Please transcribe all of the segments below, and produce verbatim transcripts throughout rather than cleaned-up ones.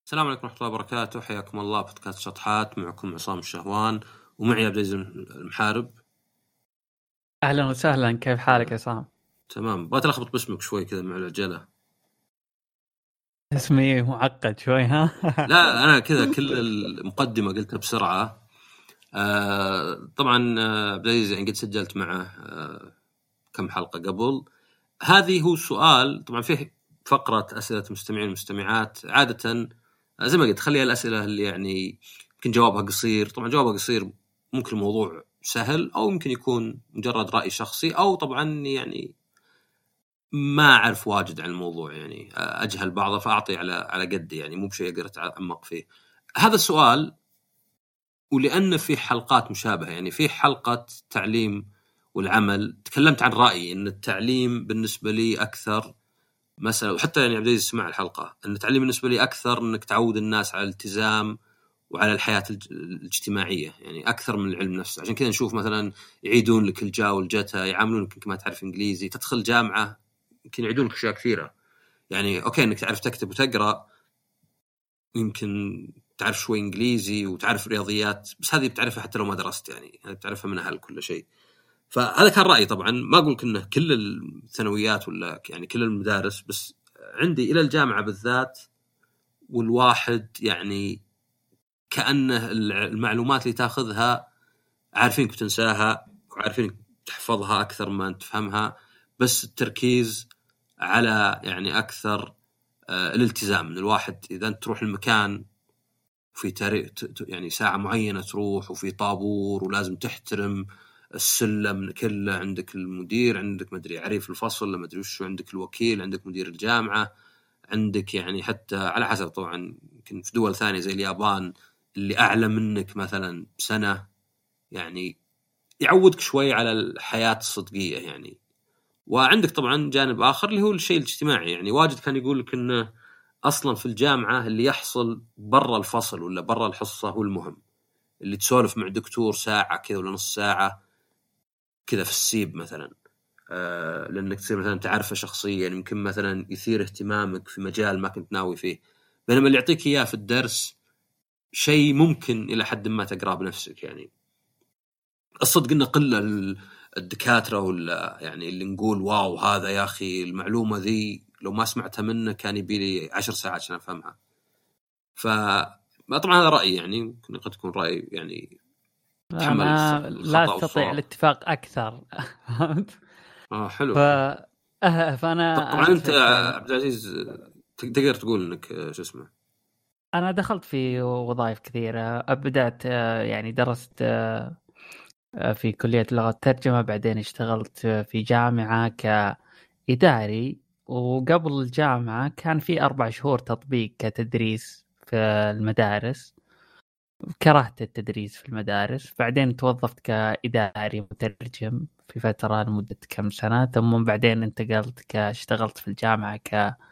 السلام عليكم ورحمة الله وبركاته. حياكم الله بودكاست شطحات، معكم عصام الشهوان ومعي عبد العزيز المحارب. أهلا وسهلا، كيف حالك يا عصام؟ تمام. بغيت ألخبط باسمك شوي كذا مع العجلة. اسمي معقد شوي ها؟ لا أنا كذا كل المقدمة قلتها بسرعة. آه طبعا آه عبد العزيز يعني قد سجلت معه آه كم حلقة قبل. هذه هو السؤال. طبعا فيه فقرة أسئلة مستمعين ومستمعات. عادة زي ما قلت خليها الأسئلة اللي يعني يمكن جوابها قصير. طبعا جوابها قصير ممكن الموضوع سهل أو يمكن يكون مجرد رأي شخصي، أو طبعا يعني ما أعرف واجد عن الموضوع، يعني أجهل بعضه فأعطي على على قدي، يعني مو بشيء أقدر أتعمق فيه. هذا السؤال ولأن في حلقات مشابهة، يعني في حلقة تعليم والعمل تكلمت عن رأيي أن التعليم بالنسبة لي أكثر مسألة، وحتى يعني عبد العزيز سمع الحلقة، أن التعليم بالنسبة لي أكثر أنك تعود الناس على الالتزام وعلى الحياة الاجتماعية، يعني أكثر من العلم نفسه. عشان كذا نشوف مثلا يعيدون لك الجا والجتا، يعاملونك كما تعرف إنجليزي، تدخل جامعة يمكن يعيدون لك أشياء كثيرة. يعني أوكي إنك تعرف تكتب وتقرأ، يمكن تعرف شوي إنجليزي وتعرف رياضيات، بس هذه بتعرفها حتى لو ما درست، يعني بتعرفها من أهل كل شيء. فهذا كان رأيي. طبعا ما أقول إنه كل الثانويات ولا يعني كل المدارس، بس عندي إلى الجامعة بالذات والواحد يعني كأنه المعلومات اللي تاخذها عارفينك بتنساها وعارفينك تحفظها أكثر ما أنت تفهمها، بس التركيز على يعني أكثر آه الالتزام من الواحد. إذا أنت تروح المكان في تاريخ يعني ساعة معينة تروح، وفي طابور ولازم تحترم السلم كله، عندك المدير، عندك مدري عريف الفصل، لما ادري وشو، عندك الوكيل، عندك مدير الجامعة، عندك يعني حتى على حسب طبعا يمكن في دول ثانية زي اليابان اللي أعلى منك مثلا بسنة، يعني يعودك شوي على الحياة الصدقية يعني. وعندك طبعا جانب آخر اللي هو الشيء الاجتماعي. يعني واجد كان يقول لك إنه أصلا في الجامعة اللي يحصل برا الفصل ولا برا الحصة هو المهم، اللي تسولف مع دكتور ساعة كذا ولا نص ساعة كذا في السيب مثلا، آه لأنك تصير مثلا تعرفه شخصيا، يعني يمكن مثلا يثير اهتمامك في مجال ما كنت ناوي فيه. بينما اللي يعطيك إياه في الدرس شيء ممكن إلى حد ما تقرأ بنفسك. يعني الصدق إنه قلة الدكاترة ولا يعني اللي نقول واو هذا يا أخي المعلومة ذي لو ما سمعتها منه كان يبي لي عشر ساعات عشان أفهمها. فطبعا هذا رأيي، يعني ممكن قد تكون رأي يعني تحمل أنا لا الخطأ أستطيع والصواب. الاتفاق أكثر. آه حلو. ف... أه، فأنا طبعا أعرف أنت إيش. عبد العزيز تقدر تقول إنك شو اسمه. أنا دخلت في وظائف كثيرة، بدأت يعني درست في كلية لغة ترجمة، بعدين اشتغلت في جامعة كإداري، وقبل الجامعة كان في أربع شهور تطبيق كتدريس في المدارس. كرهت التدريس في المدارس، بعدين توظفت كإداري مترجم في فترة لمدة كم سنة، ثم بعدين انتقلت كاشتغلت في الجامعة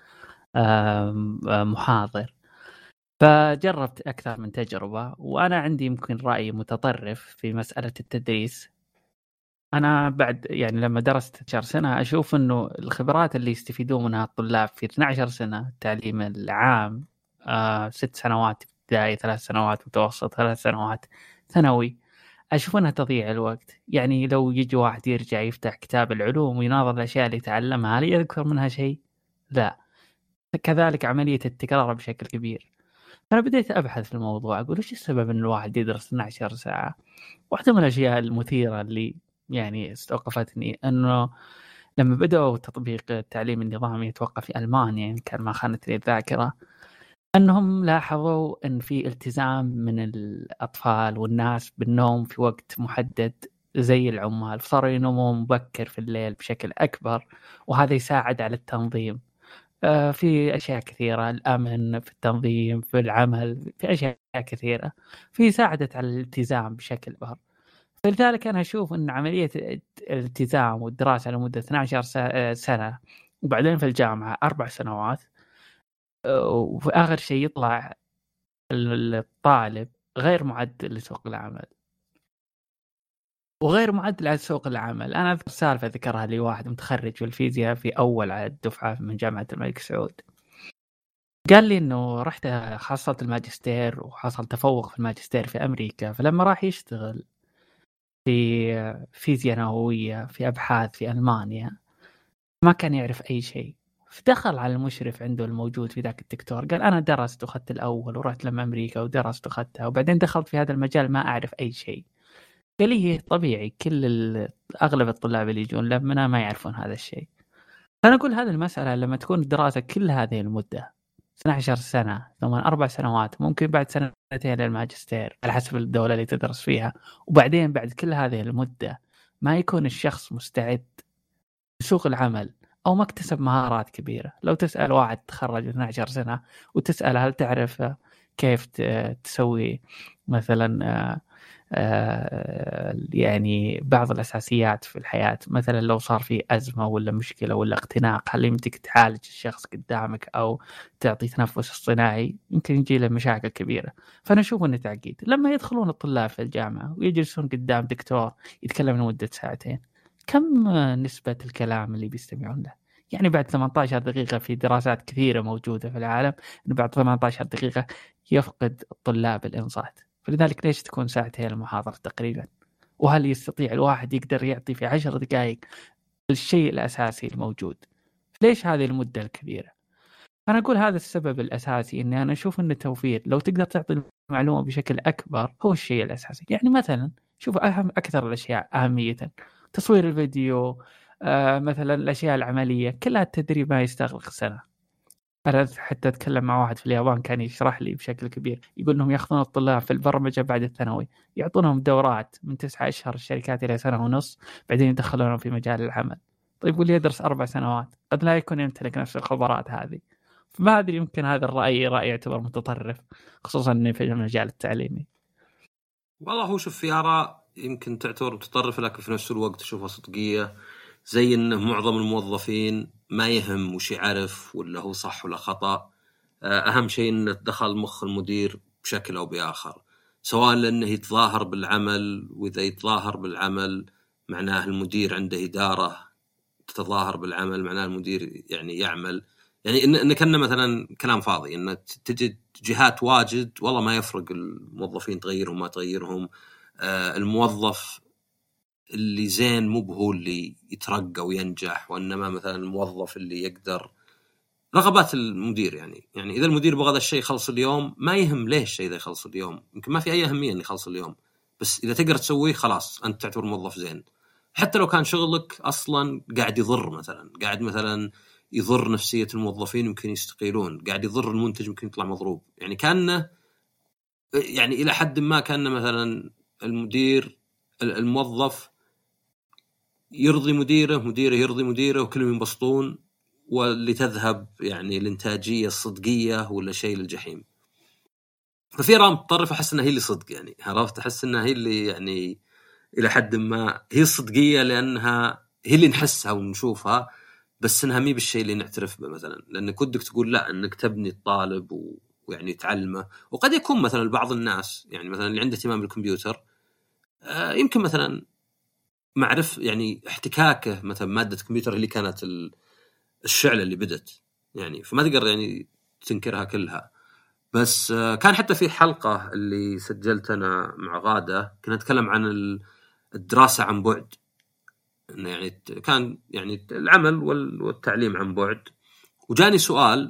كمحاضر. فجربت أكثر من تجربة، وأنا عندي يمكن رأي متطرف في مسألة التدريس. أنا بعد يعني لما درست اثنتي عشرة سنة أشوف أنه الخبرات اللي يستفيدون منها الطلاب في اثنتي عشرة سنة التعليم العام، آه ست سنوات ابتدائي، ثلاث سنوات متوسط، ثلاث سنوات ثانوي، أشوف أنها تضيع الوقت. يعني لو يجي واحد يرجع يفتح كتاب العلوم ويناظر الأشياء اللي تعلمها، هل يذكر منها شيء؟ لا. كذلك عملية التكرار بشكل كبير. فأنا بديت أبحث في الموضوع، أقول إيش السبب أن الواحد يدرس اثنتي عشرة ساعة. واحدة من الأشياء المثيرة اللي يعني استوقفتني أنه لما بدأوا تطبيق التعليم النظامي أتوقع في ألمانيا، يعني كان ما خانت لي الذاكرة، أنهم لاحظوا أن في التزام من الأطفال والناس بالنوم في وقت محدد زي العمال، فصاروا ينوموا مبكر في الليل بشكل أكبر، وهذا يساعد على التنظيم في أشياء كثيرة، الأمن في التنظيم في العمل، في أشياء كثيرة في ساعدت على الالتزام بشكل أكبر. فلذلك أنا أشوف أن عملية الالتزام والدراسة لمدة اثنتي عشرة سنة وبعدين في الجامعة أربع سنوات، وفي آخر شيء يطلع الطالب غير معد لسوق العمل وغير معد على سوق العمل. أنا أذكر سالفة ذكرها لي واحد متخرج في الفيزياء في أول على الدفعة من جامعة الملك سعود. قال لي انه رحت حصلت الماجستير وحصل تفوق في الماجستير في امريكا، فلما راح يشتغل في فيزياء نووية في ابحاث في المانيا ما كان يعرف اي شيء. فدخل على المشرف عنده الموجود في ذاك الدكتور، قال انا درست واخذت الاول ورحت لما امريكا ودرست واخذتها وبعدين دخلت في هذا المجال ما اعرف اي شيء. قال لي طبيعي، كل ال... اغلب الطلاب اللي يجون لنا ما يعرفون هذا الشيء. فانا اقول هذه المسألة لما تكون الدراسة كل هذه المدة اثنتي عشرة سنة ثم أربع سنوات، ممكن بعد سنتين للماجستير على حسب الدولة اللي تدرس فيها، وبعدين بعد كل هذه المدة ما يكون الشخص مستعد لسوق العمل أو ما اكتسب مهارات كبيرة. لو تسأل واحد تخرج اثنتي عشرة سنة وتسأل هل تعرف كيف تسوي مثلا يعني بعض الأساسيات في الحياة، مثلا لو صار في أزمة ولا مشكلة ولا اختناق هل يمديك تعالج الشخص قدامك أو تعطي تنفس اصطناعي، يمكن يجي له مشاكل كبيرة. فأنا أشوف أنه تعقيد. لما يدخلون الطلاب في الجامعة ويجلسون قدام دكتور يتكلم لمدة ساعتين، كم نسبة الكلام اللي بيستمعون له؟ يعني بعد ثمانية عشر دقيقة في دراسات كثيرة موجودة في العالم أنه بعد ثمانية عشر دقيقة يفقد الطلاب الإنصات. فلذلك ليش تكون ساعتين المحاضرة تقريبا؟ وهل يستطيع الواحد يقدر يعطي في عشر دقائق الشيء الأساسي الموجود؟ ليش هذه المدة الكبيرة؟ أنا أقول هذا السبب الأساسي، إني أنا أشوف إن التوفير لو تقدر تعطي المعلومة بشكل أكبر هو الشيء الأساسي. يعني مثلا شوف أهم أكثر الأشياء أهمية تصوير الفيديو، آه مثلا الأشياء العملية كلها التدريب ما يستغرق سنة. أنا حتى أتكلم مع واحد في اليابان كان يشرح لي بشكل كبير، يقول إنهم يأخذون الطلاب في البرمجة بعد الثانوي يعطونهم دورات من تسعة أشهر الشركات إلى سنة ونص، بعدين يدخلونهم في مجال العمل. طيب يقول لي يدرس أربع سنوات، قد لا يكون يمتلك نفس الخبرات هذه. فما أدري، يمكن هذا الرأي رأي يعتبر متطرف خصوصا في المجال التعليمي. والله هو شوف، في آراء يمكن تعتبر متطرفة لكن في نفس الوقت تشوفها صدقية، زي إنه معظم الموظفين ما يهم وش يعرف ولا هو صح ولا خطأ، أهم شيء إنه دخل مخ المدير بشكل أو بآخر، سواء لأنه يتظاهر بالعمل، وإذا يتظاهر بالعمل معناه المدير عنده إدارة تتظاهر بالعمل، معناه المدير يعني يعمل، يعني إن إن كنا مثلا كلام فاضي إن تجد جهات واجد والله ما يفرق الموظفين تغيرهم ما تغيرهم. آه الموظف اللي زين مو بهو اللي يترقى وينجح، وإنما مثلا الموظف اللي يقدر رغبات المدير. يعني يعني إذا المدير بغى هذا الشيء يخلص اليوم، ما يهم ليش الشيء ذا يخلص اليوم، يمكن ما في أي أهمية إنه يخلص اليوم، بس إذا تقدر تسويه خلاص أنت تعتبر موظف زين، حتى لو كان شغلك أصلا قاعد يضر، مثلا قاعد مثلا يضر نفسية الموظفين يمكن يستقيلون، قاعد يضر المنتج يمكن يطلع مضروب. يعني كأنه يعني إلى حد ما كأنه مثلا المدير الموظف يرضي مديره، مديره يرضي مديره، وكلهم ينبسطون، واللي تذهب يعني الانتاجيه الصدقيه ولا شيء للجحيم. ففي رام متطرف احس انها هي اللي صدق، يعني عرفت، احس انها هي اللي يعني الى حد ما هي الصدقيه، لانها هي اللي نحسها ونشوفها، بس انها مي بالشيء اللي نعترف به مثلا، لانك ودك تقول لا انك تبني الطالب و... ويعني تعلمه. وقد يكون مثلا بعض الناس يعني مثلا اللي عنده اهتمام بالكمبيوتر آه يمكن مثلا معرف يعني احتكاكه مثلا ماده كمبيوتر اللي كانت ال... الشعلة اللي بدت، يعني فما تقدر يعني تنكرها كلها. بس كان حتى في حلقة اللي سجلت أنا مع غادة كنا نتكلم عن الدراسة عن بعد، إنه يعني كان يعني العمل والتعليم عن بعد، وجاني سؤال،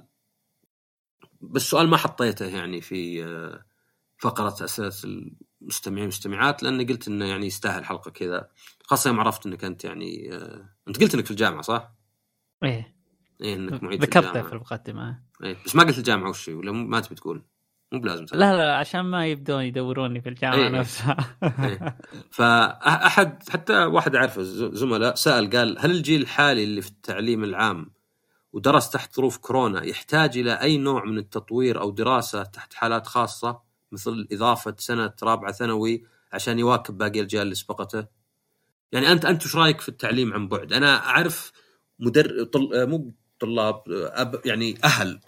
بس سؤال ما حطيته يعني في فقرة أساس المستمعين والمستمعات، لأن قلت إنه يعني يستاهل حلقة كذا، خاصة يوم عرفت إنك أنت يعني أنت قلت إنك في الجامعة صح؟ إيه إيه إنك معيد في ذكرته الجامعة في المقدمة. إيه بس ما قلت الجامعة وش ولا ما تبي تقول؟ مو بلازم تقول. لا لا عشان ما يبدون يدوروني في الجامعة إيه نفسها. إيه. فأحد حتى واحد أعرفه زملاء سأل قال هل الجيل الحالي اللي في التعليم العام ودرس تحت ظروف كورونا يحتاج إلى أي نوع من التطوير أو دراسة تحت حالات خاصة مثل إضافة سنة رابعة ثانوي عشان يواكب باقي الأجيال اللي سبقته؟ يعني أنت أنت وش رأيك في التعليم عن بعد؟ أنا أعرف مدر طل... مو طلاب أب... يعني أهل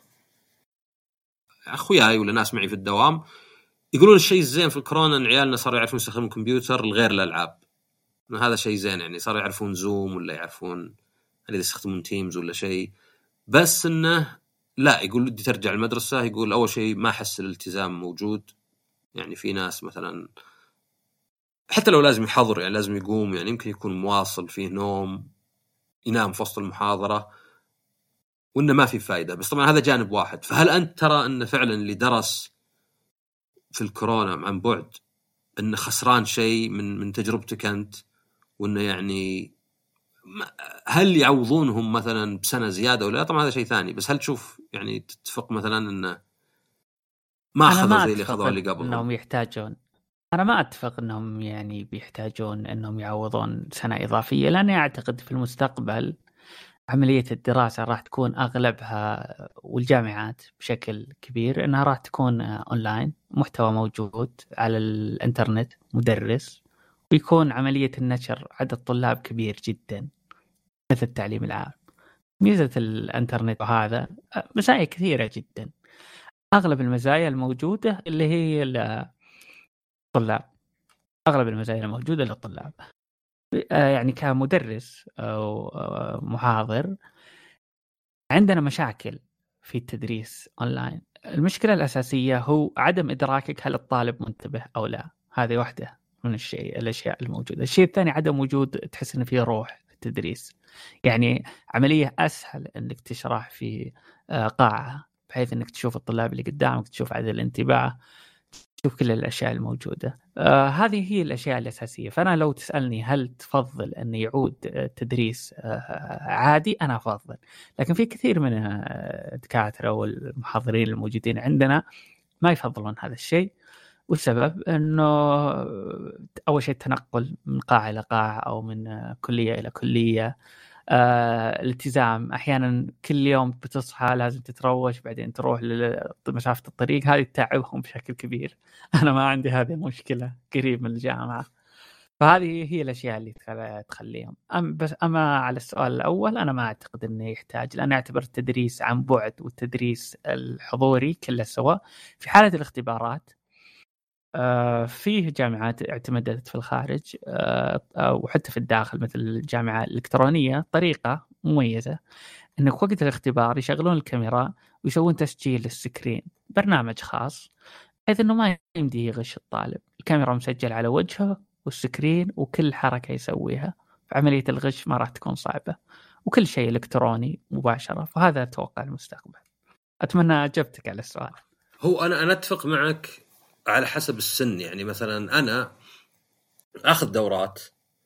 أخوياي ولا ناس معي في الدوام يقولون الشيء الزين في الكورونا إن عيالنا صاروا يعرفون يستخدمون الكمبيوتر لغير الألعاب، هذا شيء زين، يعني صاروا يعرفون زوم ولا يعرفون اللي يستخدمون تيمز ولا شيء، بس إنه لا يقول بدي ترجع المدرسة، يقول أول شيء ما أحس الالتزام موجود. يعني في ناس مثلا حتى لو لازم يحضر يعني لازم يقوم، يعني يمكن يكون مواصل فيه نوم، ينام في وسط المحاضرة، وإنه ما في فايدة. بس طبعا هذا جانب واحد. فهل أنت ترى أن فعلا اللي درس في الكورونا عن بعد أنه خسران شيء من من تجربتك أنت، وأنه يعني هل يعوضونهم مثلا بسنة زيادة ولا لا؟ طبعا هذا شيء ثاني. بس هل تشوف يعني تتفق مثلا أنه ما أنا أخذوا ما زي اللي أخذوا اللي أتفق قبلهم؟ أنهم يحتاجون أنا ما أتفق أنهم يعني بيحتاجون أنهم يعوضون سنة إضافية، لأني أعتقد في المستقبل عملية الدراسة راح تكون أغلبها، والجامعات بشكل كبير أنها راح تكون أونلاين، محتوى موجود على الإنترنت، مدرس، ويكون عملية النشر عدد طلاب كبير جدا مثل التعليم العام. ميزة الإنترنت وهذا مزايا كثيرة جدا. أغلب المزايا الموجودة اللي هي الطلاب، أغلب المزايا الموجودة للطلاب. يعني كمدرس أو محاضر عندنا مشاكل في التدريس أونلاين. المشكلة الأساسية هو عدم إدراكك هل الطالب منتبه أو لا. هذه واحدة من الشيء الأشياء الموجودة. الشيء الثاني عدم وجود تحس إن فيه روح في التدريس. يعني عملية أسهل إنك تشرح في قاعة بحيث إنك تشوف الطلاب اللي قدامك، تشوف عدد الانتباه، تشوف كل الأشياء الموجودة. آه هذه هي الأشياء الأساسية. فأنا لو تسألني هل تفضل أن يعود تدريس آه عادي، أنا أفضل. لكن في كثير من الدكاترة والمحاضرين الموجودين عندنا ما يفضلون هذا الشيء، والسبب أنه أول شيء التنقل من قاعة إلى قاعة أو من كلية إلى كلية. آه، الالتزام أحيانا كل يوم بتصحى لازم تتروش بعدين تروح لمسافة الطريق، هذه تتعبهم بشكل كبير. أنا ما عندي هذه المشكلة، قريب من الجامعة. فهذه هي الأشياء اللي تخليهم. أم بس أما على السؤال الأول، أنا ما أعتقد أنه يحتاج، لأن أعتبر التدريس عن بعد والتدريس الحضوري كله سواء. في حالة الاختبارات آه فيه جامعات اعتمدت في الخارج آه وحتى في الداخل مثل الجامعة الإلكترونية طريقة مميزة أنك وقت الاختبار يشغلون الكاميرا ويسوون تسجيل السكرين، برنامج خاص بحيث أنه ما يمدي يغش الطالب. الكاميرا مسجل على وجهه والسكرين وكل حركة يسويها، فعملية الغش ما راح تكون صعبة، وكل شيء إلكتروني مباشرة. فهذا أتوقع المستقبل. أتمنى أجبتك على السؤال. هو أنا أنا أتفق معك على حسب السن. يعني مثلا أنا أخذ دورات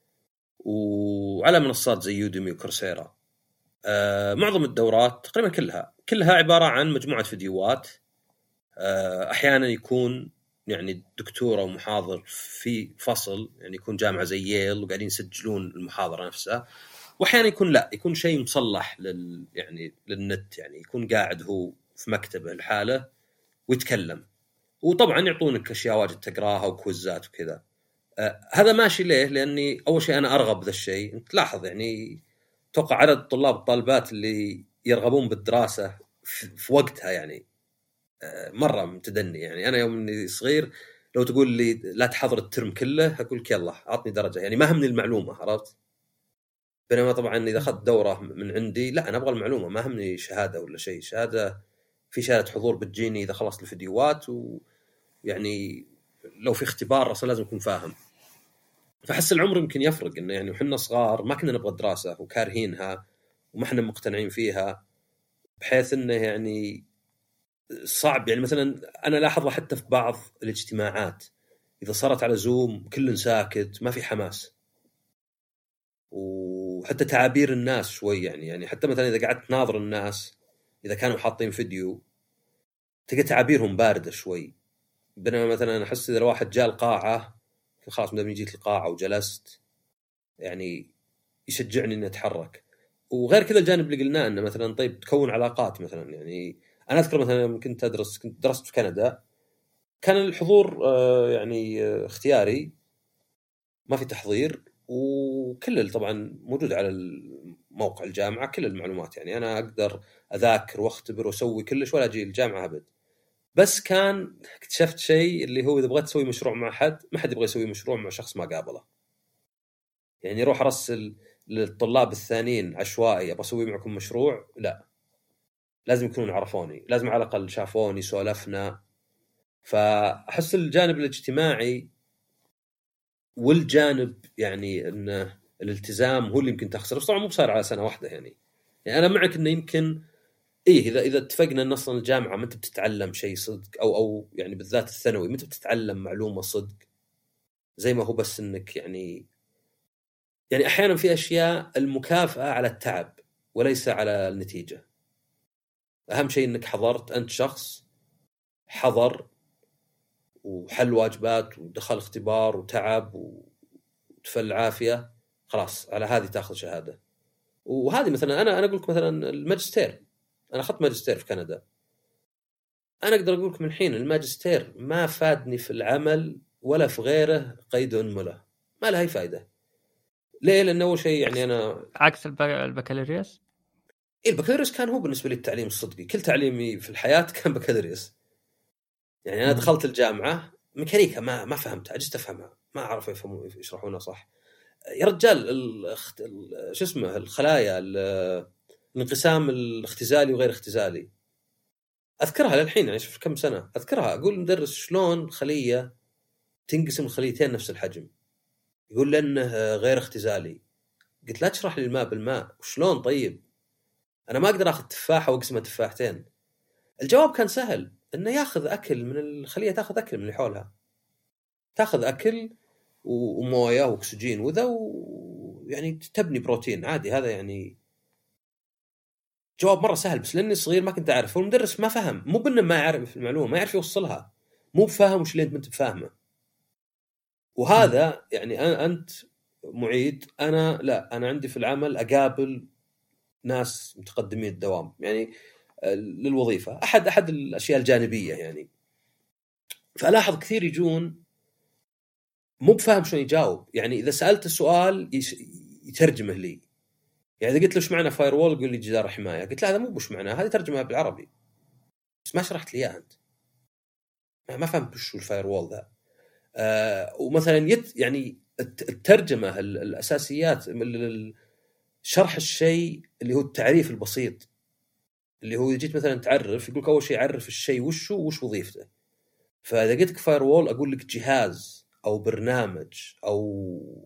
وعلى منصات زي يوديمي وكورسيرا. أه معظم الدورات تقريبا كلها كلها عبارة عن مجموعة فيديوهات. أه أحيانا يكون يعني دكتور أو محاضر في فصل، يعني يكون جامعة زي ييل وقاعدين يسجلون المحاضرة نفسها، وأحيانا يكون لا يكون شيء مصلح لل يعني للنت، يعني يكون قاعد هو في مكتبه الحالة ويتكلم، وطبعا يعطونك أشياء واجد تقراها وكوزات وكذا. آه هذا ماشي ليه؟ لأني أول شيء أنا أرغب ذا الشيء. أنت لاحظ يعني توقع عدد الطلاب الطالبات اللي يرغبون بالدراسة في, في وقتها يعني آه مرة متدني. يعني أنا يوم إني صغير لو تقول لي لا تحضر الترم كله أقول لك يلا أعطني درجة، يعني ما همني المعلومة، عرفت؟ بينما طبعا إذا أخذت دورة من عندي لا أنا أبغى المعلومة، ما همني شهادة ولا شيء. شهادة في شهادة حضور بتجيني إذا خلصت الفيديوهات، ويعني لو في اختبار أصلا لازم أكون فاهم. فحس العمر يمكن يفرق، إنه يعني وحنا صغار ما كنا نبغى الدراسة وكارهينها وما احنا مقتنعين فيها، بحيث إنه يعني صعب. يعني مثلا أنا لاحظها حتى في بعض الاجتماعات إذا صارت على زوم كل ساكت، ما في حماس، وحتى تعابير الناس شوي يعني يعني حتى مثلا إذا قعدت ناظر الناس إذا كانوا حاطين فيديو تلقى تعابيرهم باردة شوي. بينما مثلا أحس إذا الواحد جاء القاعة خلاص مدام جيت القاعة وجلست يعني يشجعني إني أتحرك. وغير كذا الجانب اللي قلناه إنه مثلا طيب تكون علاقات. مثلا يعني أنا أذكر مثلا كنت أدرس كنت درست في كندا، كان الحضور آه يعني آه اختياري، ما في تحضير، وكل طبعا موجود على موقع الجامعة كل المعلومات. يعني أنا أقدر أذاكر واختبر وأسوي كلش ولا أجي الجامعة أبد. بس كان اكتشفت شيء اللي هو إذا بغيت تسوي مشروع مع حد، ما حد يبغى يسوي مشروع مع شخص ما قابله. يعني روح أرسل للطلاب الثانيين عشوائي أبغى أسوي معكم مشروع، لا. لازم يكونون عرفوني، لازم على الأقل شافوني سولفنا. فأحس الجانب الاجتماعي والجانب يعني أن الالتزام هو اللي يمكن تخسر. بس طبعا مو بصير على سنة واحدة يعني. يعني أنا معك أنه يمكن إيه إذا إذا اتفقنا أن أصلا الجامعة ما أنت بتتعلم شيء صدق، أو أو يعني بالذات الثانوي ما أنت بتتعلم معلومة صدق، زي ما هو بس أنك يعني يعني أحيانا في أشياء المكافأة على التعب وليس على النتيجة. أهم شيء أنك حضرت، أنت شخص حضر وحل واجبات ودخل اختبار وتعب وتفل عافية، خلاص على هذه تأخذ شهادة. وهذه مثلا أنا أنا أقول لك مثلا الماجستير، أنا أخذت ماجستير في كندا، أنا أقدر أقول لك من الحين الماجستير ما فادني في العمل ولا في غيره قيد أنملة، ما لها أي فائدة. ليه؟ لأن أول شيء يعني أنا عكس البكالوريوس. إيه البكالوريوس كان هو بالنسبة لي التعليم الصدقي، كل تعليمي في الحياة كان بكالوريوس. يعني أنا دخلت الجامعة ميكانيكا ما ما فهمتها، عجزت أفهمها، ما أعرف يفهمون يشرحونها صح. يا رجال الخت... شو اسمه الخلايا الانقسام الاختزالي وغير اختزالي أذكرها للحين، يعني في كم سنة أذكرها. أقول مدرس شلون خلية تنقسم الخليتين نفس الحجم، يقول لأنه غير اختزالي. قلت لا تشرح لي الماء بالماء وشلون، طيب أنا ما أقدر أخذ تفاحة وأقسمها تفاحتين. الجواب كان سهل، إنه يأخذ أكل من الخلية، تأخذ أكل من اللي حولها، تأخذ أكل وموية وأكسجين وذا، ويعني تبني بروتين عادي. هذا يعني جواب مرة سهل، بس لأني صغير ما كنت أعرف، والمدرس ما فهم، مو بأنه ما يعرف المعلومة، ما يعرف يوصلها، مو بفاهم وش اللي أنت أنت بفاهمه. وهذا يعني أنت معيد، أنا لا، أنا عندي في العمل أقابل ناس متقدمين الدوام يعني للوظيفة، أحد أحد الأشياء الجانبية يعني. فألاحظ كثير يجون مو بفاهم شلون يجاوب، يعني إذا سألت السؤال يترجمه لي. يعني إذا قلت له إيش معنى فايروول يقول لي جدار حماية، قلت له هذا مو بش معناه، هذه ترجمة بالعربي، بس ما شرحت لي إياه أنت، ما فهمت وش الفايروول ذا. آه ومثلا يت يعني الترجمة الأساسيات، شرح الشيء اللي هو التعريف البسيط، اللي هو جيت مثلا تعرف يقولك أول شيء عرف الشيء وشو وش وظيفته. فإذا قلت لك فايروول أقول لك جهاز أو برنامج أو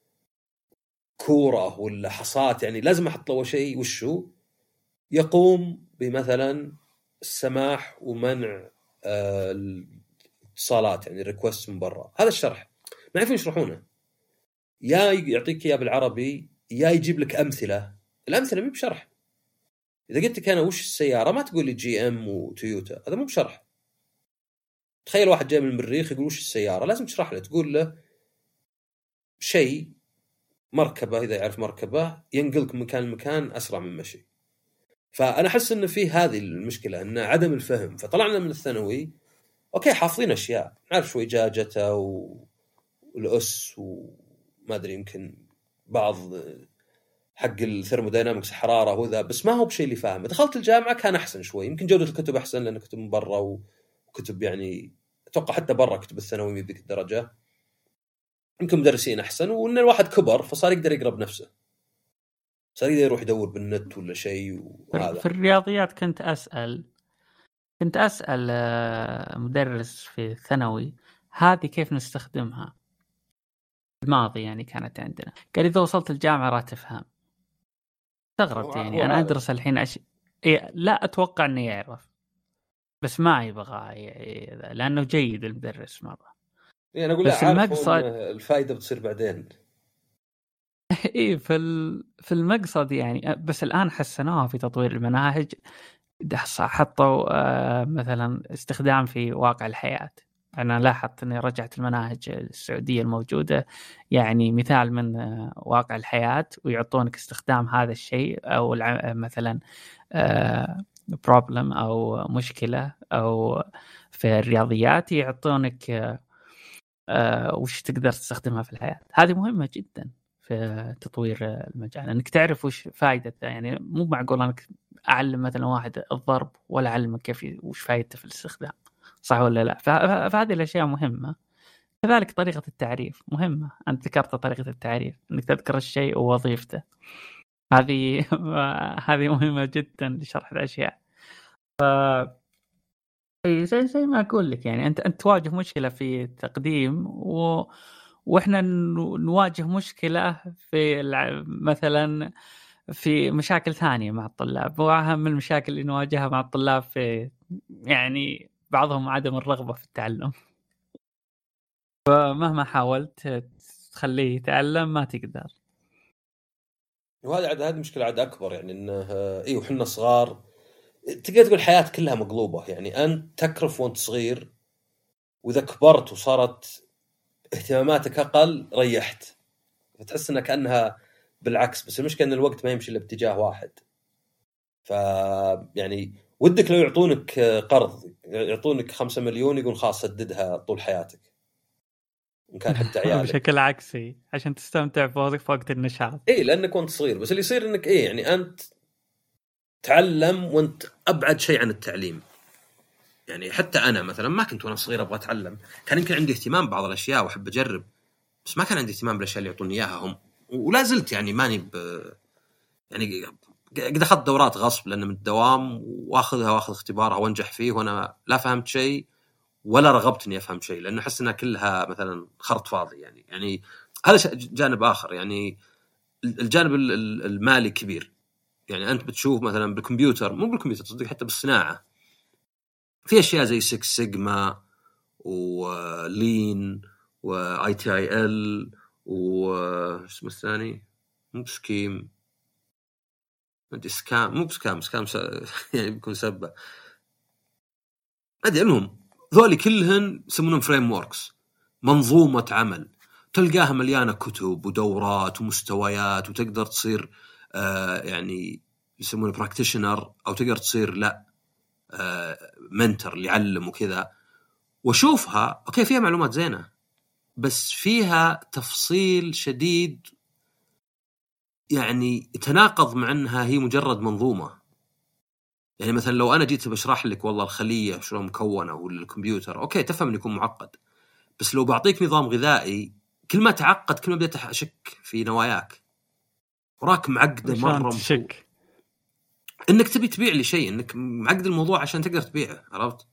كورة ولا حصات، يعني لازم أحط له شيء وشو يقوم بمثلا السماح ومنع آه الاتصالات، يعني ريكوست من برا. هذا الشرح ما يعرفون يشرحونه، يا يعطيك إياه بالعربي يا يجيب لك أمثلة. الأمثلة مو بشرح. إذا قلت لك أنا وش السيارة ما تقول لي جي إم وتويوتا، هذا مو بشرح. تخيل واحد جاي من المريخ يقول وش السيارة، لازم تشرح له، تقول له شيء مركبة، إذا يعرف مركبة ينقلك من مكان لمكان أسرع من مشي. فأنا أحس إنه في هذه المشكلة، إن عدم الفهم. فطلعنا من الثانوي أوكي حافظين أشياء، نعرف شوي جاجته والأس وما أدري يمكن بعض حق الثيرموداينامكس حرارة وذا، بس ما هو بشيء اللي فاهمه. دخلت الجامعة كان أحسن شوي، يمكن جودة الكتب أحسن لأن كتب من برا، وكتب يعني أتوقع حتى برا كتب الثانوي بذيك الدرجة، يمكن مدرسين أحسن، وإن الواحد كبر فصار يقدر يقرأ بنفسه، صار يقدر يروح يدور بالنت ولا شيء. وهذا في الرياضيات كنت أسأل كنت أسأل مدرس في الثانوي هذه كيف نستخدمها الماضي، يعني كانت عندنا، قال إذا وصلت الجامعة راح تفهم. استغربت يعني أنا أدرس الحين أش... إيه لا أتوقع إنه يعرف، بس ما يبغى ي... لأنه جيد المدرس مرة. يعني أقول بس المقصد الفائدة بتصير بعدين. إيه في ال... في المقصد يعني، بس الآن حسنوها في تطوير المناهج، حطوا آه مثلا استخدام في واقع الحياة. أنا لاحظت أني رجعت المناهج السعودية الموجودة يعني مثال من آه واقع الحياة، ويعطونك استخدام هذا الشيء، أو مثلا آه problem أو مشكلة، أو في الرياضيات يعطونك آه آه وش تقدر تستخدمها في الحياة. هذه مهمة جدا في تطوير المجال، أنك تعرف وش فائدته. يعني مو معقول أنك أعلم مثلا واحد الضرب ولا أعلمه كيف وش فائدته في الاستخدام، صح ولا لا؟ فهذه الأشياء مهمة. كذلك طريقة التعريف مهمة، أنت ذكرت طريقة التعريف، أنك تذكر الشيء ووظيفته، هذه هذه مهمة جدا لشرح الأشياء. ف اي زي زي ما اقول لك يعني انت انت تواجه مشكله في التقديم و... واحنا ن- نواجه مشكله في الع... مثلا في مشاكل ثانيه مع الطلاب، واهم المشاكل اللي نواجهها مع الطلاب في يعني بعضهم عدم الرغبه في التعلم. فمهما حاولت تخليه يتعلم ما تقدر. وهذا عاد هذه مشكله عاد اكبر، يعني انه اي وحنا صغار تقدر تقول الحياه كلها مقلوبه، يعني انت تكرف وانت صغير، واذا كبرت وصارت اهتماماتك اقل ريحت، فتحس انها كانها بالعكس. بس المشكله ان الوقت ما يمشي الا باتجاه واحد. ف يعني ودك لو يعطونك قرض، يعطونك خمسة مليون يقول خلاص سددها طول حياتك ان كان حتى عيالك. بشكل عكسي عشان تستمتع في وقت النشاط. اي لانك وانت صغير، بس اللي يصير انك ايه يعني انت تعلم وانت ابعد شيء عن التعليم. يعني حتى انا مثلا ما كنت وانا صغير ابغى اتعلم، كان يمكن عندي اهتمام ببعض الاشياء واحب اجرب، بس ما كان عندي اهتمام بالاشياء اللي يعطوني اياها هم. ولا زلت يعني ماني ب يعني قد اخذت دورات غصب لان من الدوام، واخذها واخذ اختبارها وانجح فيه وانا لا فهمت شيء ولا رغبت اني افهم شيء، لانه احس انها كلها مثلا خرط فاضي. يعني يعني هذا جانب اخر. يعني الجانب المالي كبير. يعني انت بتشوف مثلا بالكمبيوتر، مو بالكمبيوتر تصدق، حتى بالصناعه في اشياء زي سكس سيجما ولين واي تي اي ال واسمه الثاني مو سكيم، انت سكام مو سكام سكام س... يعني بيكون سبه ادري. المهم ذولي كلهن يسمونهم فريم ووركس، منظومه عمل تلقاها مليانه كتب ودورات ومستويات، وتقدر تصير آه يعني يسمونه براكتيشنر، او تقدر تصير لا آه منتر اللي يعلم وكذا. وشوفها اوكي فيها معلومات زينه، بس فيها تفصيل شديد يعني يتناقض مع انها هي مجرد منظومه. يعني مثلا لو انا جيت بشرح لك والله الخليه شلون مكونه ولا الكمبيوتر، اوكي تفهم انه يكون معقد، بس لو بعطيك نظام غذائي كل ما تعقد كل ما بديت اشك في نواياك، وراك معقده مره مفهوم. انك تبي تبيع لي شيء، انك معقد الموضوع عشان تقدر تبيعه، عرفت؟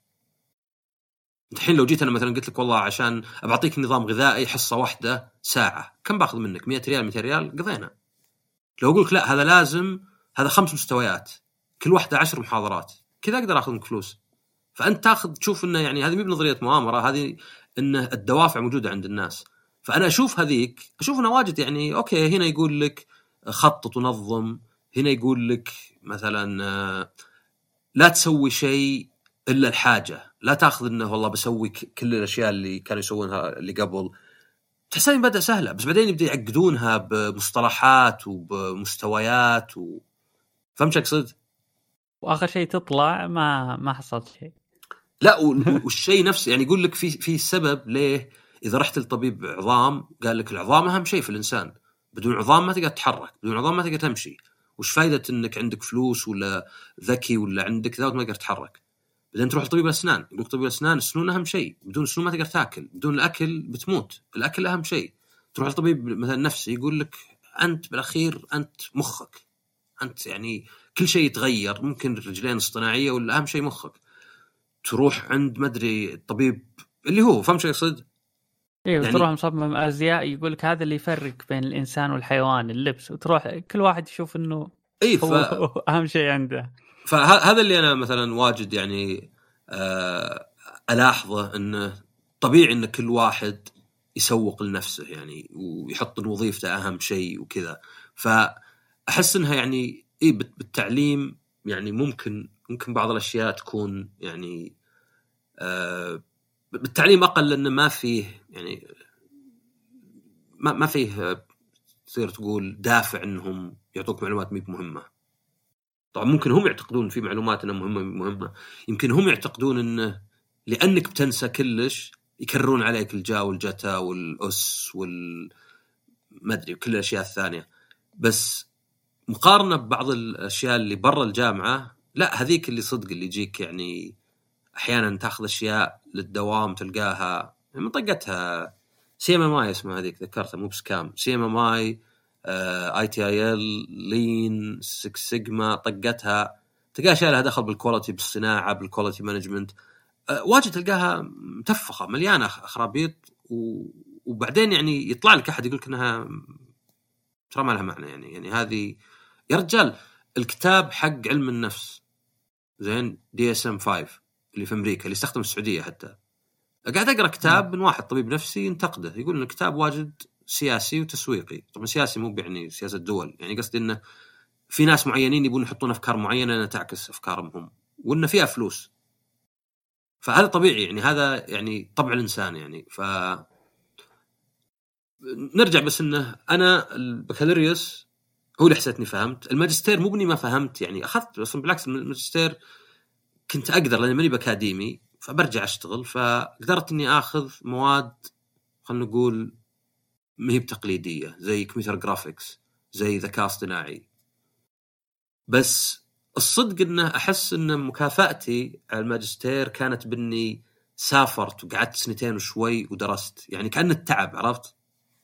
الحين لو جيت انا مثلا قلت لك والله عشان ابعطيك نظام غذائي حصه واحده ساعه، كم باخذ منك؟ مئة ريال مئتين ريال قضينا. لو اقول لك لا هذا لازم، هذا خمس مستويات كل واحده عشر محاضرات، كذا اقدر اخذ منك فلوس. فانت تاخذ تشوف انه يعني هذه مو بنظريه مؤامره، هذه انه الدوافع موجوده عند الناس. فانا اشوف هذيك اشوف انها واجد يعني اوكي. هنا يقول لك خطط ونظم، هنا يقول لك مثلا لا تسوي شيء الا الحاجه، لا تاخذ انه والله بسوي كل الاشياء اللي كانوا يسوونها اللي قبل. تحسين بدأ سهله، بس بعدين يبدا يعقدونها بمصطلحات وبمستويات و... فهمت اقصد؟ واخر شيء تطلع ما ما حصلت شيء. لا والشيء نفسه يعني يقول لك في في سبب ليه اذا رحت لطبيب عظام قال لك العظام اهم شيء في الانسان، بدون عظام ما تقدر تتحرك، بدون عظام ما تقدر تمشي. وش فايده انك عندك فلوس ولا ذكي ولا عندك ذا وما تقدر تتحرك؟ بعدين تروح لطبيب الاسنان يقول طبيب الاسنان السنون اهم شيء، بدون السنون ما تقدر تاكل، بدون الاكل بتموت، الاكل اهم شيء. تروح لطبيب مثلا نفسي يقول لك انت بالاخير انت مخك، انت يعني كل شيء يتغير، ممكن رجلين اصطناعيه ولا اهم شيء مخك. تروح عند مدري الطبيب اللي هو فهم شو يقصد. ايه يعني تروح مصمم ازياء يقول لك هذا اللي يفرق بين الانسان والحيوان اللبس، وتروح كل واحد يشوف انه اي ف... هو اهم شيء عنده. فهذا اللي انا مثلا واجد يعني آه الاحظه انه طبيعي ان كل واحد يسوق لنفسه يعني ويحط وظيفته اهم شيء وكذا. فاحس انها يعني اي بالتعليم يعني ممكن ممكن بعض الاشياء تكون يعني آه بالتعليم اقل، لانه ما فيه يعني ما ما فيه تصير تقول دافع انهم يعطوك معلومات مي مهمه. طبعا ممكن هم يعتقدون في معلومات انها مهمه مهمه، يمكن هم يعتقدون انه لانك بتنسى كلش يكررون عليك الجا والجتا والاس وال ما ادري وكل الاشياء الثانيه. بس مقارنه ببعض الاشياء اللي برا الجامعه لا، هذيك اللي صدق اللي يجيك يعني احيانا تاخذ اشياء للدوام تلقاها منطقتها سي ام ام اي اسمها هذيك ذكرتها مو بسكام، سي ام ام اي اي تي اي ال لين سكس سيجما طقتها تلقى اشياء لها دخل بالكواليتي بالصناعه بالكواليتي مانجمنت، أه واجد تلقاها متفخه مليانه خرابيط، و... وبعدين يعني يطلع لك احد يقول لك انها ترى ما لها معنى. يعني يعني هذه يا رجال الكتاب حق علم النفس زين دي اس ام خمسة اللي في امريكا اللي يستخدم السعوديه، حتى قاعد اقرا كتاب من واحد طبيب نفسي ينتقده، يقول ان الكتاب واجد سياسي وتسويقي. طبعا سياسي مو يعني سياسه الدول، يعني قصدي انه في ناس معينين يبون يحطون افكار معينه لأنها تعكس افكارهم هم، وانه فيها فلوس. فهذا طبيعي، يعني هذا يعني طبع الانسان. يعني ف نرجع بس انه انا البكالوريوس هو اللي حسيتني فهمت. الماجستير مو بني ما فهمت، يعني اخذت اصلا بالعكس الماجستير كنت اقدر لاني ماني باكاديمي فبرجع اشتغل، فقدرت اني اخذ مواد خلينا نقول ما هي بتقليديه زي كمبيوتر جرافيكس زي ذكاء اصطناعي. بس الصدق انه احس ان مكافأتي على الماجستير كانت باني سافرت وقعدت سنتين وشوي ودرست، يعني كأن التعب، عرفت؟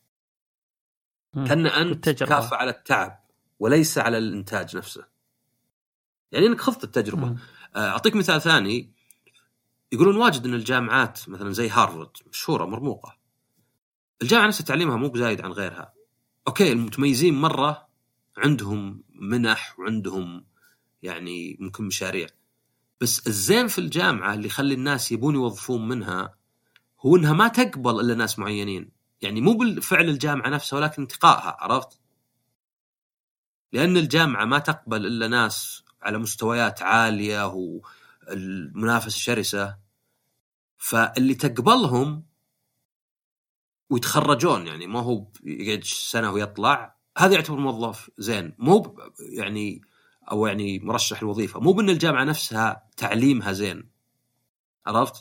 كأن أنت تكافئ على التعب وليس على الإنتاج نفسه، يعني إنك خذت التجربة. م. أعطيك مثال ثاني، يقولون واجد إن الجامعات مثلا زي هارفارد مشهورة مرموقة، الجامعة نفسها تعليمها مو بزايد عن غيرها. أوكي المتميزين مرة عندهم منح وعندهم يعني ممكن مشاريع، بس الزين في الجامعة اللي يخلي الناس يبون يوظفون منها هو إنها ما تقبل إلا ناس معينين، يعني مو بالفعل الجامعة نفسها ولكن انتقائها، عرفت؟ لأن الجامعة ما تقبل إلا ناس على مستويات عالية والمنافسة شرسة، فاللي تقبلهم ويتخرجون يعني ما هو يقعد سنة ويطلع، هذا يعتبر موظف زين، مو يعني أو يعني مرشح الوظيفة، مو بأن الجامعة نفسها تعليمها زين، عرفت؟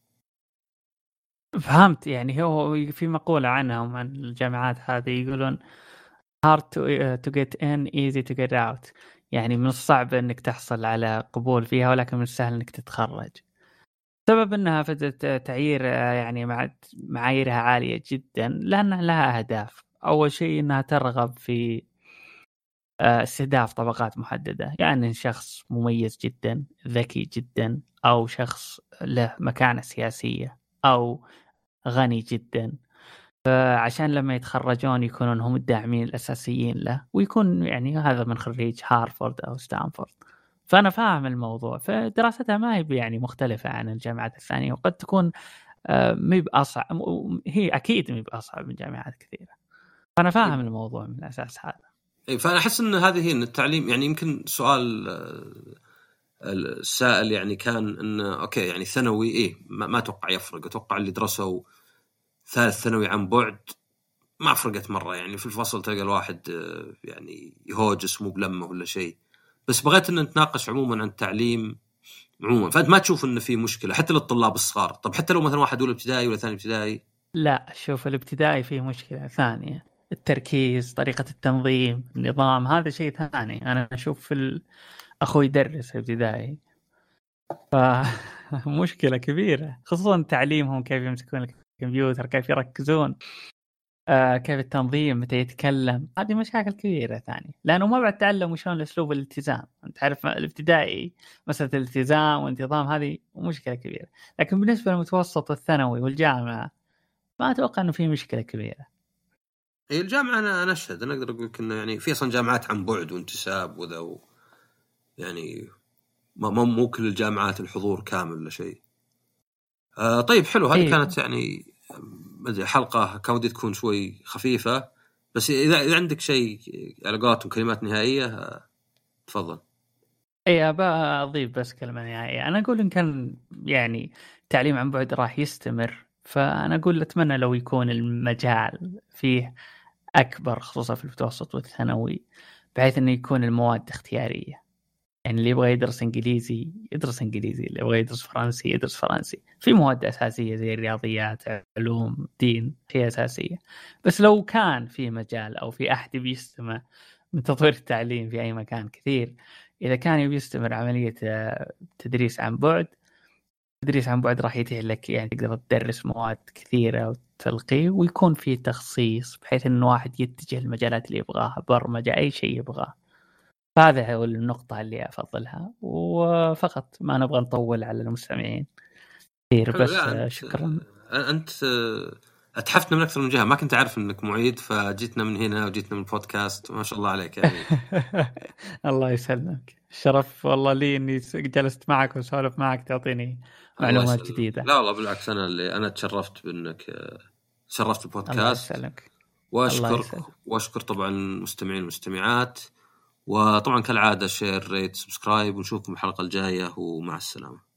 فهمت. يعني هو في مقولة عنهم عن الجامعات هذه يقولون hard to, to get in easy to get out، يعني من الصعب انك تحصل على قبول فيها ولكن من السهل انك تتخرج. سبب انها فتت تعيير يعني مع معاييرها عالية جدا لأنها لها أهداف. أول شيء انها ترغب في استهداف طبقات محددة، يعني شخص مميز جدا ذكي جدا أو شخص له مكانة سياسية أو غني جدا، فعشان لما يتخرجون يكونون هم الداعمين الأساسيين له، ويكون يعني هذا من خريج هارفارد أو ستانفورد. فأنا فاهم الموضوع، فدراستها ما هي يعني مختلفة عن الجامعات الثانية، وقد تكون مي بأصعب، هي أكيد مي بأصعب من جامعات كثيرة. فأنا فاهم الموضوع من الأساس هذا. فأنا أحس أن هذه هي التعليم. يعني يمكن سؤال السائل يعني كان إنه أوكي يعني ثانوي إيه ما, ما أتوقع يفرق، أتوقع اللي درسوا ثالث ثانوي عن بعد ما فرقت مرة، يعني في الفصل تلقى الواحد يعني يهوجس مو بلمه ولا شيء. بس بغيت أن نتناقش عموما عن التعليم عموما، فأنت ما تشوف إنه في مشكلة حتى للطلاب الصغار؟ طب حتى لو مثلا واحد أولى ابتدائي ولا ثاني ابتدائي؟ لا شوف، الابتدائي فيه مشكلة ثانية، التركيز، طريقة التنظيم، النظام، هذا شيء ثاني. أنا أشوف في ال... أخوي يدرس ابتدائي فمشكلة كبيرة، خصوصا تعليمهم كيف يمسكون الكمبيوتر، كيف يركزون، آه كيف التنظيم، متى يتكلم، هذه مشاكل كبيرة ثانية، لأنه ما بعد تعلموا شلون الأسلوب الالتزام. أنت عارف الابتدائي مسألة الالتزام والانتظام هذه مشكلة كبيرة، لكن بالنسبة للمتوسط والثانوي والجامعة ما أتوقع أنه في مشكلة كبيرة. هي الجامعة أنا أنا أشهد، أنا أقدر أقول لك إنه يعني في أصلا جامعات عن بعد وانتساب وذا و... يعني ما مو كل الجامعات الحضور كامل ولا شيء. آه طيب حلو، هذه إيه. كانت يعني حلقة كان ودي تكون شوي خفيفة، بس إذا إذا عندك شيء على قولتهم كلمات نهائية آه تفضل. اي ابى اضيف بس كلمه نهائيه. انا اقول ان كان يعني التعليم عن بعد راح يستمر، فانا اقول اتمنى لو يكون المجال فيه اكبر خصوصا في المتوسط والثانوي، بحيث انه يكون المواد اختياريه، يعني اللي يبغى يدرس انجليزي يدرس انجليزي، اللي يبغى يدرس فرنسي يدرس فرنسي. في مواد اساسيه زي الرياضيات، علوم، دين، هي اساسيه. بس لو كان في مجال او في احد بيستمع من تطوير التعليم في اي مكان كثير، إذا كان يبي يستمر عملية تدريس عن بعد، تدريس عن بعد راح يتيح لك يعني تقدر تدرس مواد كثيرة وتلقي، ويكون في تخصيص بحيث إنه واحد يتجه المجالات اللي يبغاها، برمجة، أي شيء يبغاه. هذا هو النقطة اللي أفضلها، وفقط ما نبغى نطول على المستمعين كثير. بس أنت شكرا. أنت أتحفنا من أكثر من جهة، ما كنت أعرف أنك معيد، فجيتنا من هنا وجيتنا من البودكاست، ما شاء الله عليك يعني. الله يسلمك، شرف والله لي إني جلست معك وسولف معك تعطيني معلومات جديدة. لا والله بالعكس، أنا اللي أنا تشرفت بأنك شرفت البودكاست. الله يسلمك. وأشكر وأشكر طبعا المستمعين والمستمعات، وطبعا كالعادة شير ريت سبسكرايب، ونشوفكم الحلقة الجاية، ومع السلامة.